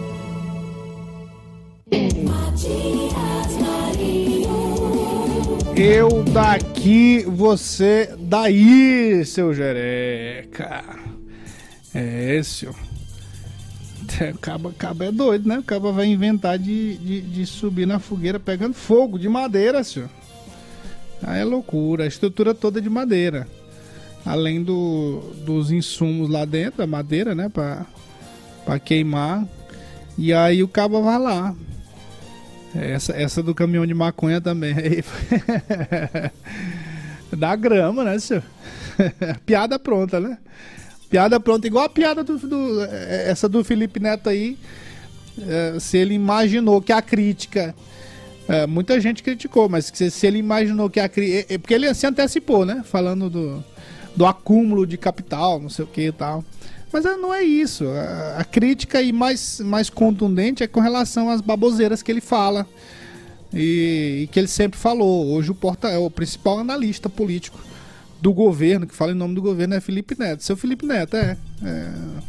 Matias Marinho. Eu daqui, você daí, seu jereca. É esse, ó. O cabo, cabo é doido, né? O cabo vai inventar de, de, de subir na fogueira pegando fogo de madeira, senhor. Aí é loucura, a estrutura toda é de madeira. Além do, dos insumos lá dentro, a madeira, né? Pra, pra queimar. E aí o cabo vai lá. Essa, essa do caminhão de maconha também. Dá grama, né, senhor? Piada pronta, né? Piada pronta, igual a piada do, do essa do Felipe Neto aí. É, se ele imaginou que a crítica, é, muita gente criticou, mas se, se ele imaginou que a crítica, é, porque ele se antecipou, né? Falando do, do acúmulo de capital, não sei o que e tal. Mas não é isso. A, a crítica aí mais, mais contundente é com relação às baboseiras que ele fala e, e que ele sempre falou. Hoje o porta é o principal analista político do governo, que fala em nome do governo, é Felipe Neto. Seu Felipe Neto, é. é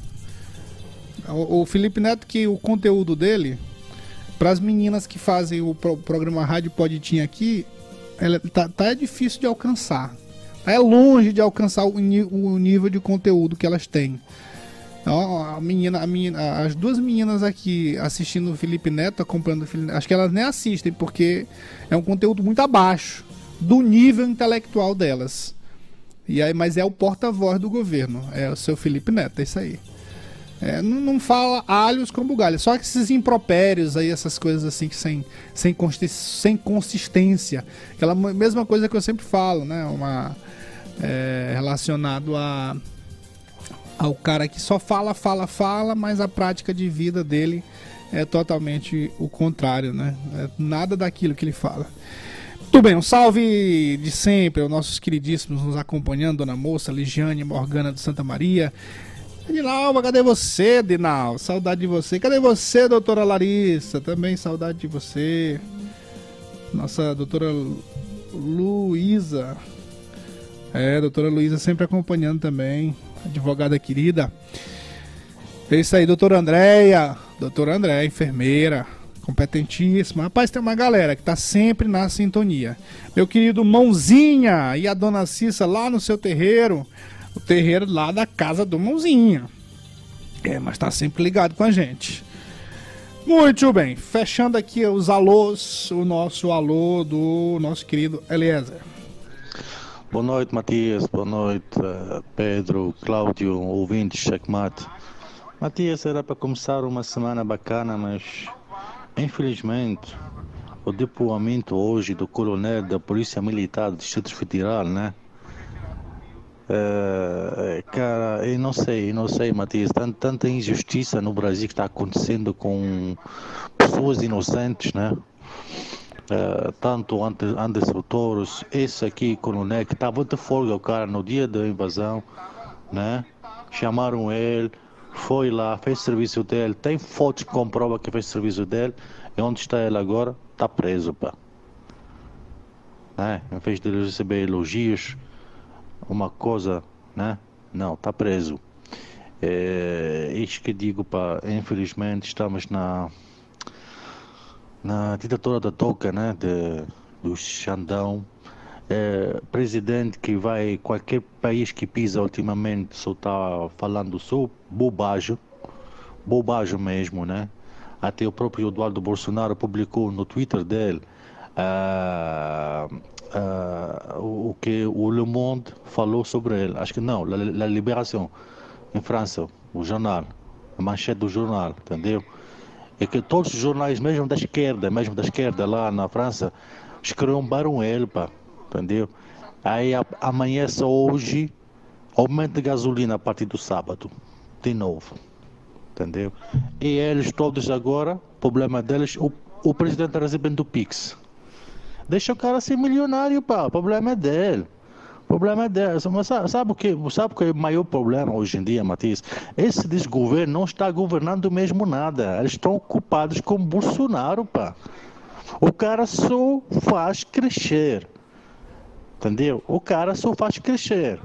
o, o Felipe Neto, que o conteúdo dele, para as meninas que fazem o pro, programa Rádio Poditinha aqui, ela tá, tá é difícil de alcançar. É longe de alcançar o, o nível de conteúdo que elas têm. Então, a menina, a menina, as duas meninas aqui assistindo o Felipe Neto, acompanhando o Felipe Neto, acho que elas nem assistem, porque é um conteúdo muito abaixo do nível intelectual delas. E aí, mas é o porta-voz do governo, é o seu Felipe Neto, é isso aí. É, não, não fala alhos com bugalhos, só que esses impropérios aí, essas coisas assim que sem, sem, sem consistência, aquela mesma coisa que eu sempre falo, né? Uma, é, relacionado a ao cara que só fala, fala, fala, mas a prática de vida dele é totalmente o contrário, né? É nada daquilo que ele fala. Tudo bem, um salve de sempre aos nossos queridíssimos nos acompanhando, Dona Moça, Ligiane, Morgana de Santa Maria. Dinalva, cadê você, Dinal? Saudade de você. Cadê você, doutora Larissa? Também saudade de você. Nossa doutora Luísa. É, doutora Luísa sempre acompanhando também. Advogada querida. É isso aí, doutora Andréia. Doutora Andréia, enfermeira, competentíssima. Rapaz, tem uma galera que tá sempre na sintonia. Meu querido Mãozinha e a dona Cissa lá no seu terreiro. O terreiro lá da casa do Mãozinha. É, mas tá sempre ligado com a gente. Muito bem, fechando aqui os alôs, o nosso alô do nosso querido Eliezer. Boa noite, Matias. Boa noite, Pedro, Cláudio, ouvintes, checkmate. Matias, era para começar uma semana bacana, mas infelizmente o depoimento hoje do coronel da Polícia Militar do Distrito Federal, né? É, cara, eu não sei, eu não sei, Matias, tanta, tanta injustiça no Brasil que está acontecendo com pessoas inocentes, né? Uh, tanto Anderson Torres, esse aqui, coronel, que estava de folga o cara no dia da invasão, né? Chamaram ele, foi lá, fez serviço dele, tem fotos que comprovam que fez serviço dele, e onde está ele agora? Está preso, pá. Né? Em vez de ele receber elogios, uma coisa, né? Não, está preso. É isso que digo, pá, infelizmente estamos na na ditadura da toca, né, de, do Xandão. É, presidente que vai, qualquer país que pisa ultimamente só está falando só bobagem, bobagem mesmo, né? Até o próprio Eduardo Bolsonaro publicou no Twitter dele uh, uh, o, o que o Le Monde falou sobre ele. Acho que não, La, La Libération, em França, o jornal, a manchete do jornal, entendeu? É que todos os jornais, mesmo da esquerda, mesmo da esquerda lá na França, escrombaram ele, pá, entendeu? Aí a, amanhece hoje, aumento de gasolina a partir do sábado, de novo, entendeu? E eles todos agora, problema deles, o, o presidente está recebendo o Pix. Deixa o cara ser milionário, pá, o problema é dele. O problema é desse. Mas sa- sabe o que, sabe o que é o maior problema hoje em dia, Matias? Esse desgoverno não está governando mesmo nada. Eles estão ocupados com Bolsonaro, pá. O cara só faz crescer. Entendeu? O cara só faz crescer.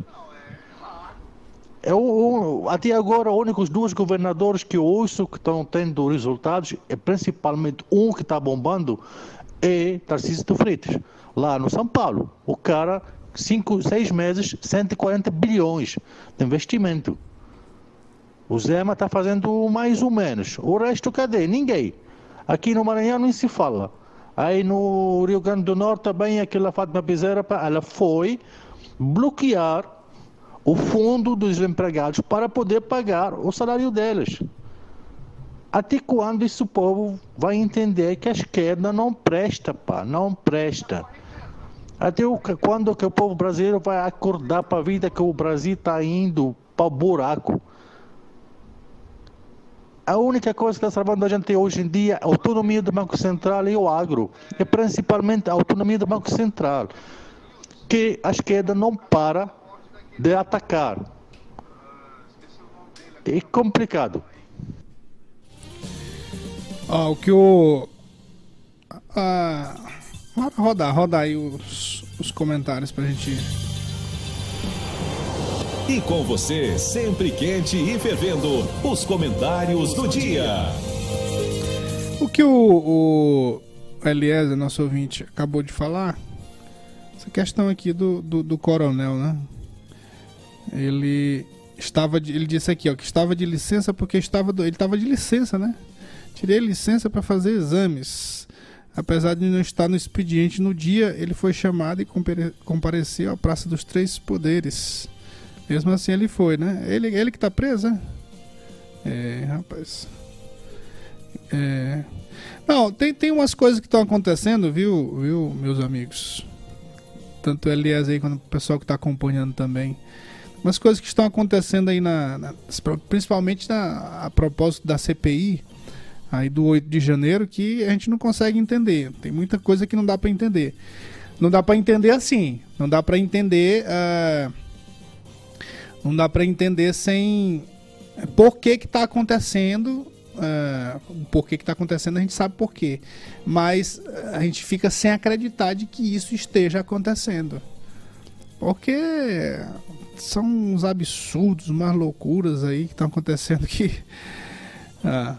É o, o- até agora, os únicos dois governadores que eu ouço que estão tendo resultados, é principalmente um que está bombando, é Tarcísio de Freitas, lá no São Paulo. O cara, cinco, seis meses, cento e quarenta bilhões de investimento. O Zema está fazendo mais ou menos. O resto, cadê? Ninguém. Aqui no Maranhão nem se fala. Aí no Rio Grande do Norte também, aquela Fátima Bezerra, pá, ela foi bloquear o fundo dos empregados para poder pagar o salário deles. Até quando esse povo vai entender que a esquerda não presta, pá, não presta? Até o, que- quando que o povo brasileiro vai acordar para a vida que o Brasil está indo para o buraco? A única coisa que está salvando a gente hoje em dia é a autonomia do Banco Central e o agro. E principalmente a autonomia do Banco Central, que a esquerda não para de atacar. É complicado. Ó, o que o. Ah, bora rodar, rodar aí os, os comentários pra gente. E com você, sempre quente e fervendo, os comentários do dia. O que o, o Eliezer, nosso ouvinte, acabou de falar, essa questão aqui do, do, do coronel, né? Ele estava de, ele disse aqui, ó, que estava de licença porque estava do, ele estava de licença, né? Tirei licença para fazer exames. Apesar de não estar no expediente no dia, ele foi chamado e compare, compareceu à Praça dos Três Poderes. Mesmo assim ele foi, né? Ele, ele que tá preso, né? É, rapaz. É... Não, tem, tem umas coisas que estão acontecendo, viu, viu, meus amigos? Tanto o Elias aí quanto o pessoal que está acompanhando também. Umas coisas que estão acontecendo aí, na, na, principalmente na, a propósito da C P I, aí do oito de janeiro, que a gente não consegue entender. Tem muita coisa que não dá para entender. Não dá para entender assim. Não dá para entender... Uh, não dá para entender sem... Por que que está acontecendo... Uh, por que que tá acontecendo, a gente sabe por quê, mas a gente fica sem acreditar de que isso esteja acontecendo, porque são uns absurdos, umas loucuras aí que estão acontecendo que ah,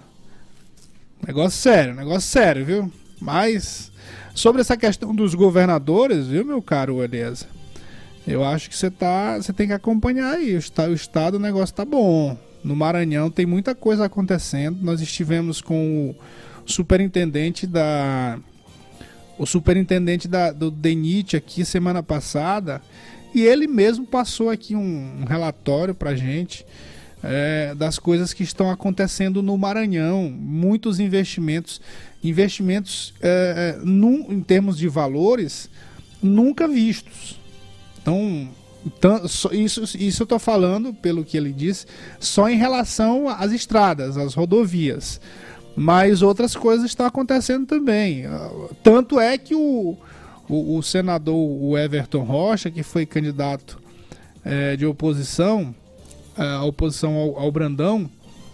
negócio sério, negócio sério, viu? Mas sobre essa questão dos governadores, viu, meu caro Eliezer, eu acho que você tá, você tem que acompanhar aí, o estado, o estado, o negócio tá bom. No Maranhão tem muita coisa acontecendo. Nós estivemos com o superintendente da o superintendente da, do D E N I T aqui semana passada, e ele mesmo passou aqui um, um relatório pra gente é, das coisas que estão acontecendo no Maranhão. Muitos investimentos investimentos é, é, num, em termos de valores nunca vistos. Então, Então, isso, isso eu estou falando, pelo que ele disse, só em relação às estradas, às rodovias. Mas outras coisas estão acontecendo também. Tanto é que o, o, o senador o Everton Rocha, que foi candidato é, de oposição, a oposição ao, ao Brandão,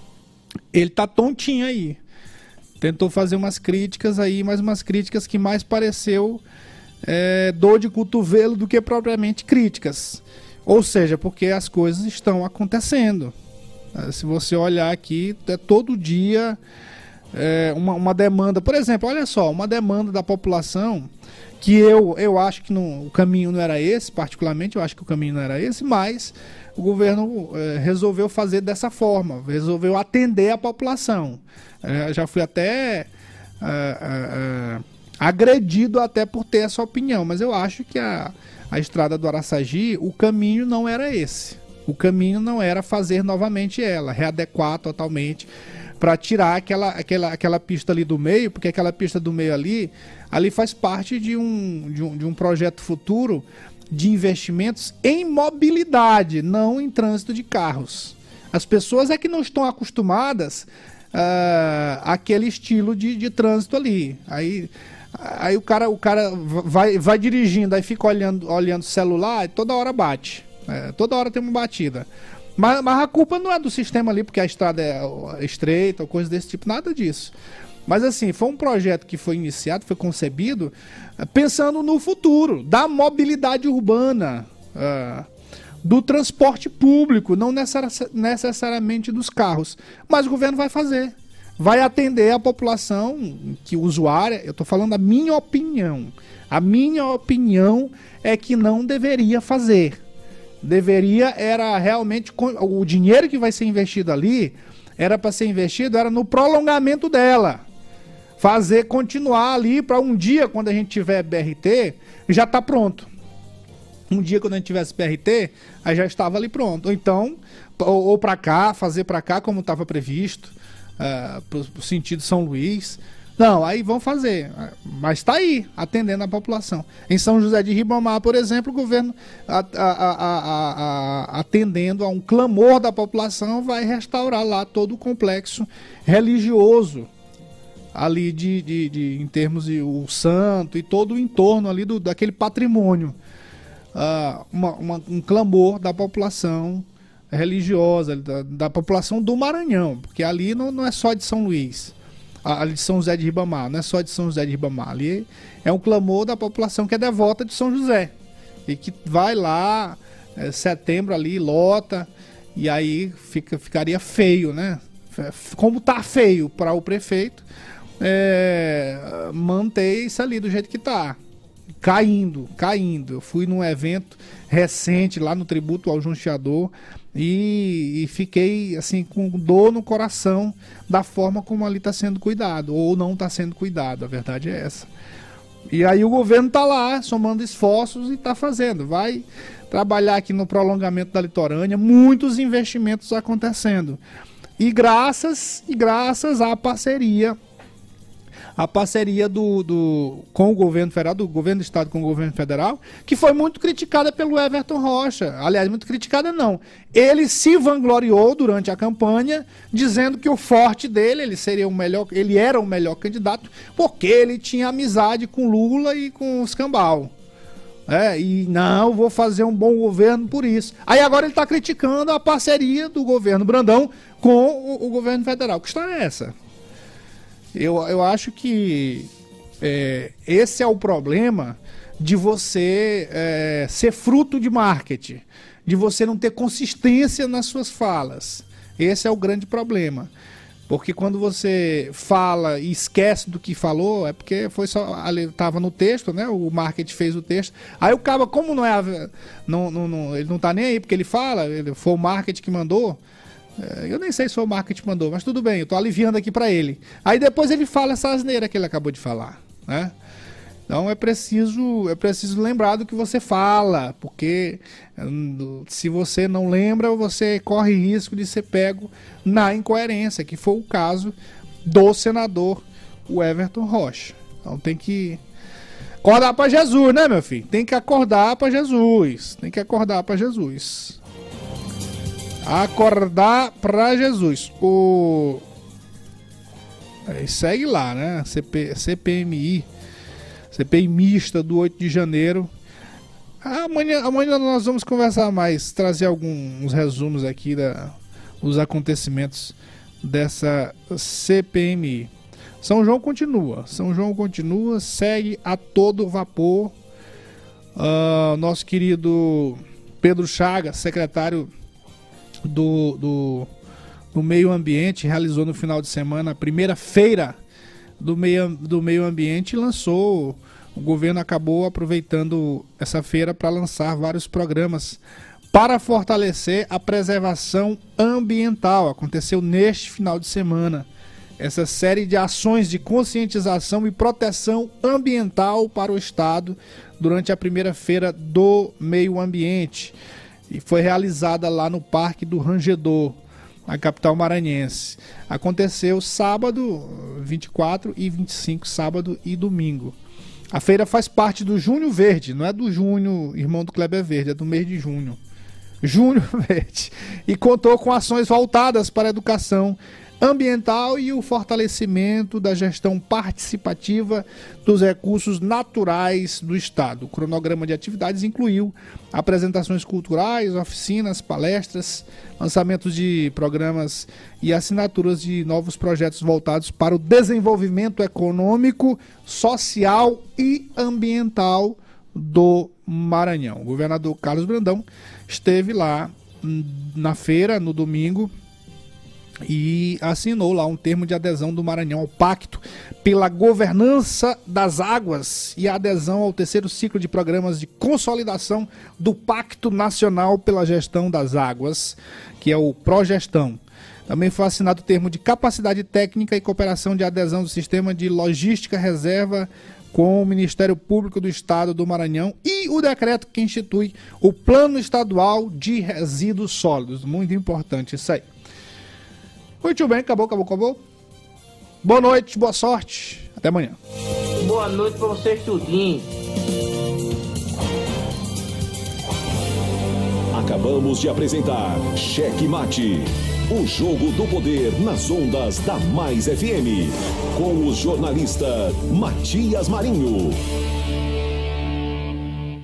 ele tá tontinho aí. Tentou fazer umas críticas aí, mas umas críticas que mais pareceu... É, dor de cotovelo do que propriamente críticas, ou seja, porque as coisas estão acontecendo. Se você olhar aqui, é todo dia é, uma, uma demanda, por exemplo, olha só, uma demanda da população, que eu, eu acho que não, o caminho não era esse, particularmente eu acho que o caminho não era esse, mas o governo é, resolveu fazer dessa forma, resolveu atender a população. É, já fui até... É, é, agredido até por ter essa opinião, mas eu acho que a, a estrada do Araçagi, o caminho não era esse. O caminho não era fazer novamente ela, readequar totalmente, para tirar aquela, aquela, aquela pista ali do meio, porque aquela pista do meio ali, ali faz parte de um, de um, de um projeto futuro de investimentos em mobilidade, não em trânsito de carros. As pessoas é que não estão acostumadas uh, aquele estilo de, de trânsito ali. Aí, aí o cara, o cara vai, vai dirigindo, aí fica olhando, olhando o celular e toda hora bate. É, toda hora tem uma batida. Mas, mas a culpa não é do sistema ali, porque a estrada é estreita ou coisa desse tipo, nada disso. Mas assim, foi um projeto que foi iniciado, foi concebido pensando no futuro, da mobilidade urbana, uh, do transporte público, não necess- necessariamente dos carros. Mas o governo vai fazer, vai atender a população que usuária, eu estou falando a minha opinião. A minha opinião é que não deveria fazer. Deveria, era realmente, o dinheiro que vai ser investido ali, era para ser investido, era no prolongamento dela. Fazer continuar ali para um dia, quando a gente tiver B R T, já tá pronto. Um dia, quando a gente tivesse B R T, aí já estava ali pronto. Ou então, ou, ou para cá, fazer para cá como estava previsto, uh, pro sentido São Luís. Não, aí vão fazer, mas está aí, atendendo a população. Em São José de Ribamar, por exemplo, o governo, a, a, a, a, a, atendendo a um clamor da população, vai restaurar lá todo o complexo religioso, ali de, de, de, em termos de o santo e todo o entorno ali do, daquele patrimônio. Uh, uma, uma, um clamor da população religiosa, da, da população do Maranhão, porque ali não, não é só de São Luís. Ali de São José de Ribamar, não é só de São José de Ribamar, ali é um clamor da população que é devota de São José e que vai lá, é, setembro ali, lota, e aí fica, ficaria feio, né? Como tá feio para o prefeito, é, manter isso ali do jeito que tá, caindo, caindo. Eu fui num evento recente lá no tributo ao Juncheador, E, e fiquei assim com dor no coração da forma como ali está sendo cuidado, ou não está sendo cuidado, a verdade é essa. E aí o governo está lá, somando esforços e está fazendo, vai trabalhar aqui no prolongamento da litorânea, muitos investimentos acontecendo. E graças, e graças à parceria, a parceria do, do, com o governo federal, do governo do estado com o governo federal, que foi muito criticada pelo Everton Rocha. Aliás, muito criticada não. Ele se vangloriou durante a campanha, dizendo que o forte dele, ele seria o melhor, ele era o melhor candidato, porque ele tinha amizade com Lula e com os Cambal. É, e não, vou fazer um bom governo por isso. Aí agora ele está criticando a parceria do governo Brandão com o, o governo federal. Que história é essa? Eu, eu acho que é, esse é o problema de você é, ser fruto de marketing, de você não ter consistência nas suas falas. Esse é o grande problema. Porque quando você fala e esquece do que falou, é porque foi só estava no texto, né? O marketing fez o texto. Aí o cara, como não é. Não, não, não, ele não tá nem aí porque ele fala, ele, foi o marketing que mandou. Eu nem sei se foi o marketing que mandou, mas tudo bem, eu tô aliviando aqui para ele. Aí depois ele fala essa asneira que ele acabou de falar, né? Então é preciso, é preciso lembrar do que você fala, porque se você não lembra, você corre risco de ser pego na incoerência, que foi o caso do senador o Everton Rocha. Então tem que acordar para Jesus, né, meu filho? Tem que acordar para Jesus, tem que acordar para Jesus. Acordar pra Jesus. O... É, segue lá, né? C P... C P M I. C P I mista do oito de janeiro. Amanhã, amanhã nós vamos conversar mais. Trazer alguns resumos aqui da, dos acontecimentos dessa C P M I. São João continua. São João continua. Segue a todo vapor. Uh, nosso querido Pedro Chagas, secretário Do, do, do meio ambiente, realizou no final de semana a primeira feira do meio, do meio ambiente e lançou, o governo acabou aproveitando essa feira para lançar vários programas para fortalecer a preservação ambiental. Aconteceu neste final de semana essa série de ações de conscientização e proteção ambiental para o estado durante a primeira feira do meio ambiente. E foi realizada lá no Parque do Rangedor, na capital maranhense. Aconteceu sábado, vinte e quatro e vinte e cinco, sábado e domingo. A feira faz parte do Junho Verde, não é do Junho, irmão do Kleber Verde, é do mês de junho. Junho Verde. E contou com ações voltadas para a educação ambiental e o fortalecimento da gestão participativa dos recursos naturais do Estado. O cronograma de atividades incluiu apresentações culturais, oficinas, palestras, lançamentos de programas e assinaturas de novos projetos voltados para o desenvolvimento econômico, social e ambiental do Maranhão. O governador Carlos Brandão esteve lá na feira, no domingo, e assinou lá um termo de adesão do Maranhão ao Pacto pela Governança das Águas e a adesão ao terceiro ciclo de programas de consolidação do Pacto Nacional pela Gestão das Águas, que é o Progestão. Também foi assinado o termo de capacidade técnica e cooperação de adesão do Sistema de Logística Reserva com o Ministério Público do Estado do Maranhão e o decreto que institui o Plano Estadual de Resíduos Sólidos. Muito importante isso aí. Muito bem, acabou, acabou, acabou. Boa noite, boa sorte. Até amanhã. Boa noite pra vocês tudinho. Acabamos de apresentar Cheque Mate, o jogo do poder nas ondas da Mais F M, com o jornalista Matias Marinho.